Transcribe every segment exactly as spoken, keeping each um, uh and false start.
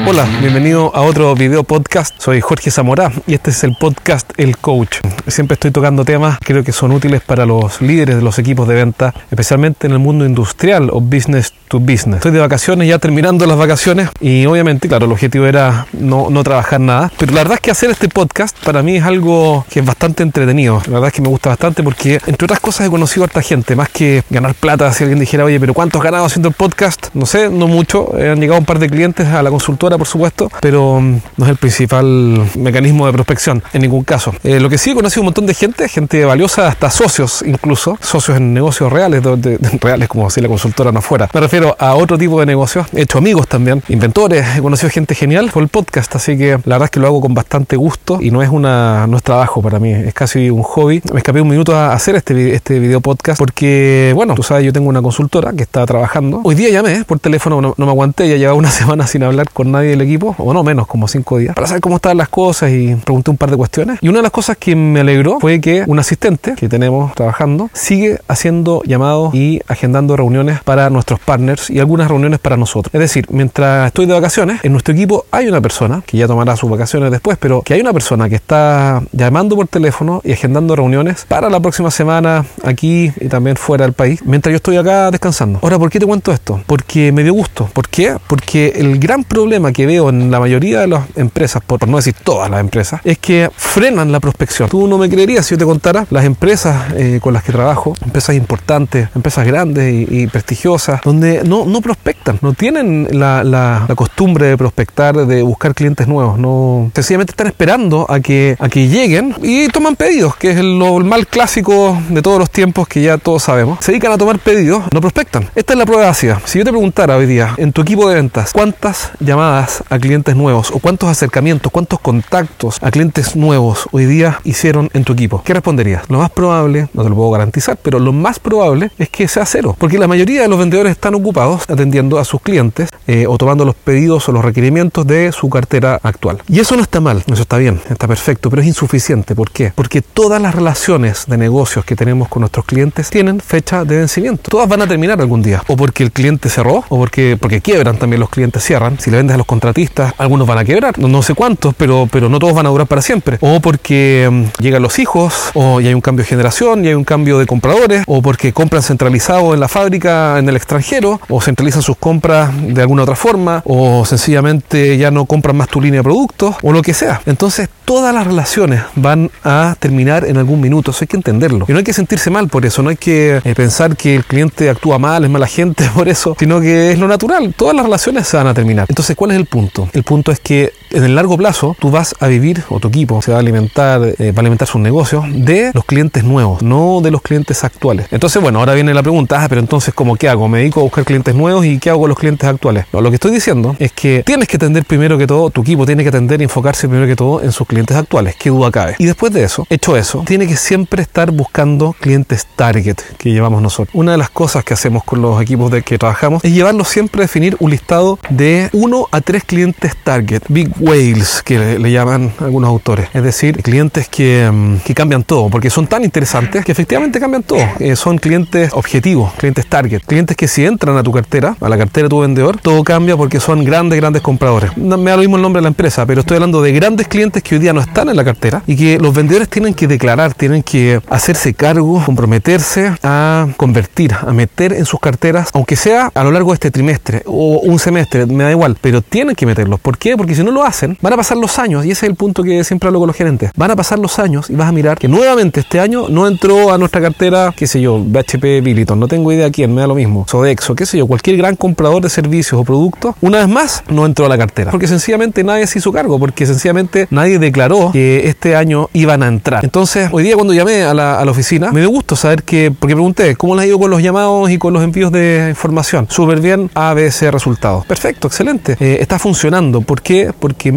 Hola, bienvenido a otro video podcast. Soy Jorge Zamora y este es el podcast El Coach. Siempre estoy tocando temas que creo que son útiles para los líderes de los equipos de venta, especialmente en el mundo industrial o business to business. Estoy de vacaciones, ya terminando las vacaciones y obviamente, claro, el objetivo era no, no trabajar nada. Pero la verdad es que hacer este podcast para mí es algo que es bastante entretenido. La verdad es que me gusta bastante porque, entre otras cosas, he conocido a harta gente. Más que ganar plata, si alguien dijera, oye, pero ¿cuánto has ganado haciendo el podcast? No sé, no mucho. Han llegado un par de clientes a la consultora, por supuesto, pero no es el principal mecanismo de prospección en ningún caso. Eh, lo que sí he conocido un montón de gente, gente valiosa, hasta socios incluso, socios en negocios reales, de, de, de, reales como si la consultora no fuera. Me refiero a otro tipo de negocios. He hecho amigos también, inventores, he conocido gente genial por el podcast, así que la verdad es que lo hago con bastante gusto y no es una no es trabajo para mí, es casi un hobby. Me escapé un minuto a hacer este, este video podcast porque, bueno, tú sabes, yo tengo una consultora que está trabajando. Hoy día llamé por teléfono, no, no me aguanté, ya llevaba una semana sin hablar con nadie del equipo, o no menos, como cinco días, para saber cómo estaban las cosas y pregunté un par de cuestiones. Y una de las cosas que me alegró fue que un asistente que tenemos trabajando sigue haciendo llamados y agendando reuniones para nuestros partners y algunas reuniones para nosotros. Es decir, mientras estoy de vacaciones, en nuestro equipo hay una persona, que ya tomará sus vacaciones después, pero que hay una persona que está llamando por teléfono y agendando reuniones para la próxima semana aquí y también fuera del país, mientras yo estoy acá descansando. Ahora, ¿por qué te cuento esto? Porque me dio gusto. ¿Por qué? Porque el gran problema que veo en la mayoría de las empresas, por no decir todas las empresas, es que frenan la prospección. Tú no me creerías si yo te contara las empresas eh, con las que trabajo, empresas importantes, empresas grandes y, y prestigiosas, donde no, no prospectan, no tienen la, la, la costumbre de prospectar, de buscar clientes nuevos, no, sencillamente están esperando a que, a que lleguen y toman pedidos, que es el, lo, el mal clásico de todos los tiempos que ya todos sabemos. Se dedican a tomar pedidos, no prospectan. Esta es la prueba ácida. Si yo te preguntara hoy día, en tu equipo de ventas, ¿cuántas llamadas a clientes nuevos o cuántos acercamientos, cuántos contactos a clientes nuevos hoy día hicieron en tu equipo? ¿Qué responderías? Lo más probable, no te lo puedo garantizar, pero lo más probable es que sea cero, porque la mayoría de los vendedores están ocupados atendiendo a sus clientes eh, o tomando los pedidos o los requerimientos de su cartera actual. Y eso no está mal, eso está bien, está perfecto, pero es insuficiente. ¿Por qué? Porque todas las relaciones de negocios que tenemos con nuestros clientes tienen fecha de vencimiento. Todas van a terminar algún día, o porque el cliente cerró, o porque, porque quiebran también, los clientes cierran. Si le vendes a los contratistas, algunos van a quebrar, no, no sé cuántos, pero, pero no todos van a durar para siempre. O porque um, llegan los hijos, o y hay un cambio de generación, y hay un cambio de compradores, o porque compran centralizado en la fábrica en el extranjero, o centralizan sus compras de alguna otra forma, o sencillamente ya no compran más tu línea de productos, o lo que sea. Entonces, todas las relaciones van a terminar en algún minuto, eso hay que entenderlo. Y no hay que sentirse mal por eso, no hay que eh, pensar que el cliente actúa mal, es mala gente por eso, sino que es lo natural, todas las relaciones se van a terminar. Entonces, ¿cuál es el punto? El punto es que en el largo plazo tú vas a vivir, o tu equipo se va a alimentar, eh, va a alimentar sus negocios de los clientes nuevos, no de los clientes actuales. Entonces, bueno, ahora viene la pregunta, ah, pero entonces, ¿cómo qué hago? ¿Me dedico a buscar clientes nuevos y qué hago con los clientes actuales? No, lo que estoy diciendo es que tienes que atender primero que todo, tu equipo tiene que atender y enfocarse primero que todo en sus clientes actuales, qué duda cabe. Y después de eso, hecho eso, tiene que siempre estar buscando clientes target, que llevamos nosotros. Una de las cosas que hacemos con los equipos de que trabajamos es llevarlos siempre a definir un listado de uno a tres clientes target, big whales, que le, le llaman algunos autores. Es decir, clientes que, que cambian todo, porque son tan interesantes que efectivamente cambian todo. Eh, son clientes objetivos, clientes target, clientes que si entran a tu cartera, a la cartera de tu vendedor, todo cambia porque son grandes, grandes compradores. No me da lo mismo el nombre de la empresa, pero estoy hablando de grandes clientes que hoy día no están en la cartera y que los vendedores tienen que declarar, tienen que hacerse cargo, comprometerse a convertir, a meter en sus carteras, aunque sea a lo largo de este trimestre o un semestre, me da igual, pero tienen que meterlos. ¿Por qué? Porque si no lo hacen, van a pasar los años, y ese es el punto que siempre hablo con los gerentes. Van a pasar los años y vas a mirar que nuevamente este año no entró a nuestra cartera, qué sé yo, B H P Billiton, no tengo idea quién, me da lo mismo, Sodexo, qué sé yo, cualquier gran comprador de servicios o productos, una vez más no entró a la cartera, porque sencillamente nadie se hizo cargo, porque sencillamente nadie declaró que este año iban a entrar. Entonces, hoy día cuando llamé a la, a la oficina, me dio gusto saber que, porque pregunté, ¿cómo les ha ido con los llamados y con los envíos de información? Súper bien, A, B, C resultados. Perfecto, excelente. Eh, está funcionando. ¿Por qué? Porque en mi consultora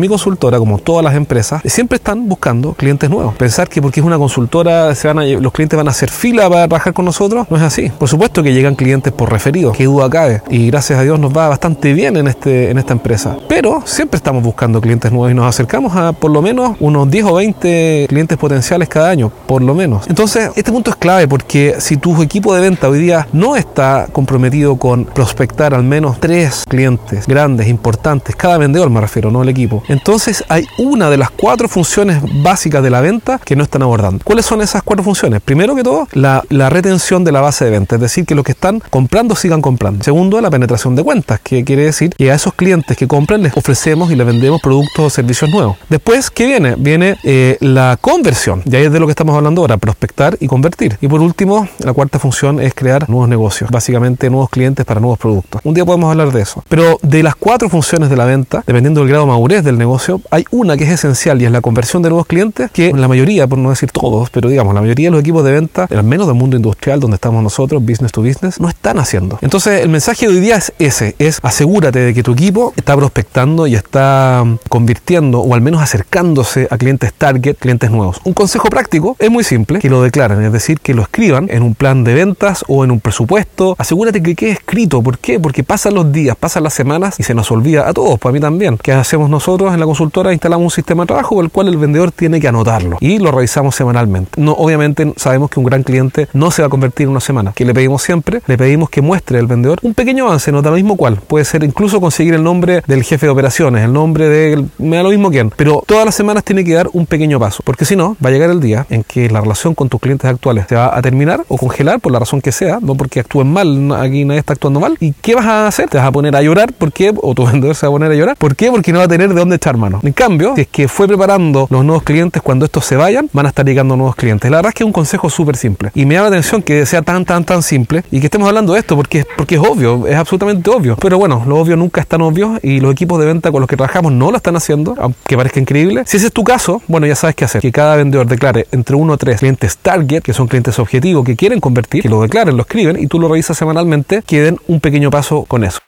consultora, como todas las empresas, siempre están buscando clientes nuevos. Pensar que porque es una consultora se van a, los clientes van a hacer fila para trabajar con nosotros, no es así. Por supuesto que llegan clientes por referidos, qué duda cabe, y gracias a Dios nos va bastante bien en, este, en esta empresa. Pero siempre estamos buscando clientes nuevos y nos acercamos a por lo menos unos diez o veinte clientes potenciales cada año, por lo menos. Entonces, este punto es clave porque si tu equipo de venta hoy día no está comprometido con prospectar al menos tres clientes grandes, importantes, cada vendedor me refiero, no el equipo, entonces hay una de las cuatro funciones básicas de la venta que no están abordando. ¿Cuáles son esas cuatro funciones? Primero que todo, la, la retención de la base de venta, es decir, que los que están comprando sigan comprando. Segundo, la penetración de cuentas, que quiere decir que a esos clientes que compran les ofrecemos y les vendemos productos o servicios nuevos. Después, ¿qué viene? Viene eh, la conversión, y ahí es de lo que estamos hablando ahora, prospectar y convertir. Y por último, la cuarta función es crear nuevos negocios, básicamente nuevos clientes para nuevos productos. Un día podemos hablar de eso. Pero de las cuatro funciones de la venta, dependiendo del grado de madurez del negocio, hay una que es esencial y es la conversión de nuevos clientes, que la mayoría, por no decir todos, pero digamos, la mayoría de los equipos de venta, al menos del mundo industrial donde estamos nosotros, business to business, no están haciendo. Entonces, el mensaje de hoy día es ese, es asegúrate de que tu equipo está prospectando y está convirtiendo o al menos acercándose a clientes target, clientes nuevos. Un consejo práctico es muy simple, que lo declaren, es decir, que lo escriban en un plan de ventas o en un presupuesto. Asegúrate que quede escrito. ¿Por qué? Porque pasan los días, pasan las semanas y se nos olvida a todos, para mí también. ¿Qué hacemos nosotros en la consultora? Instalamos un sistema de trabajo por el cual el vendedor tiene que anotarlo y lo revisamos semanalmente. No, obviamente sabemos que un gran cliente no se va a convertir en una semana. ¿Qué le pedimos siempre? Le pedimos que muestre al vendedor un pequeño avance, no da lo mismo cuál. Puede ser incluso conseguir el nombre del jefe de operaciones, el nombre de... me da lo mismo quién. Pero todas las semanas tiene que dar un pequeño paso, porque si no, va a llegar el día en que la relación con tus clientes actuales se va a terminar o congelar por la razón que sea, no porque actúen mal, aquí nadie está actuando mal. ¿Y qué vas a hacer? Te vas a poner a llorar, ¿por qué? O tu vendedor se va a poner a llorar, ¿por qué? Porque no va a tener de dónde echar mano. En cambio, si es que fue preparando los nuevos clientes, cuando estos se vayan, van a estar llegando nuevos clientes. La verdad es que es un consejo súper simple y me llama la atención que sea tan, tan, tan simple y que estemos hablando de esto porque, porque es obvio, es absolutamente obvio. Pero bueno, lo obvio nunca es tan obvio y los equipos de venta con los que trabajamos no lo están haciendo, aunque parezca increíble. Si ese es tu caso, bueno, ya sabes qué hacer. Que cada vendedor declare entre uno o tres clientes target, que son clientes objetivos que quieren convertir, que lo declaren, lo escriben y tú lo revisas semanalmente, que den un pequeño paso con eso.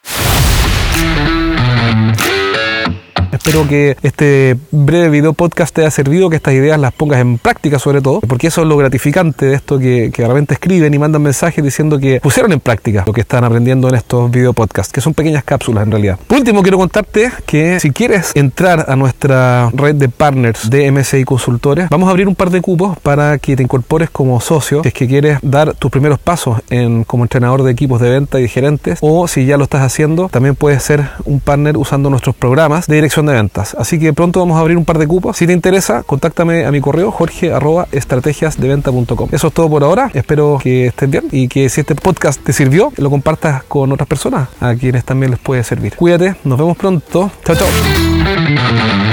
Espero que este breve video podcast te haya servido, que estas ideas las pongas en práctica sobre todo, porque eso es lo gratificante de esto que, que de repente escriben y mandan mensajes diciendo que pusieron en práctica lo que están aprendiendo en estos video podcasts, que son pequeñas cápsulas en realidad. Por último, quiero contarte que si quieres entrar a nuestra red de partners de M S I Consultores, vamos a abrir un par de cupos para que te incorpores como socio, si es que quieres dar tus primeros pasos en, como entrenador de equipos de venta y de gerentes, o si ya lo estás haciendo, también puedes ser un partner usando nuestros programas de dirección de ventas. Así que pronto vamos a abrir un par de cupos. Si te interesa, contáctame a mi correo jorge arroba estrategias de venta punto com. Eso es todo por ahora. Espero que estés bien y que si este podcast te sirvió, lo compartas con otras personas a quienes también les puede servir. Cuídate, nos vemos pronto. Chao, chao.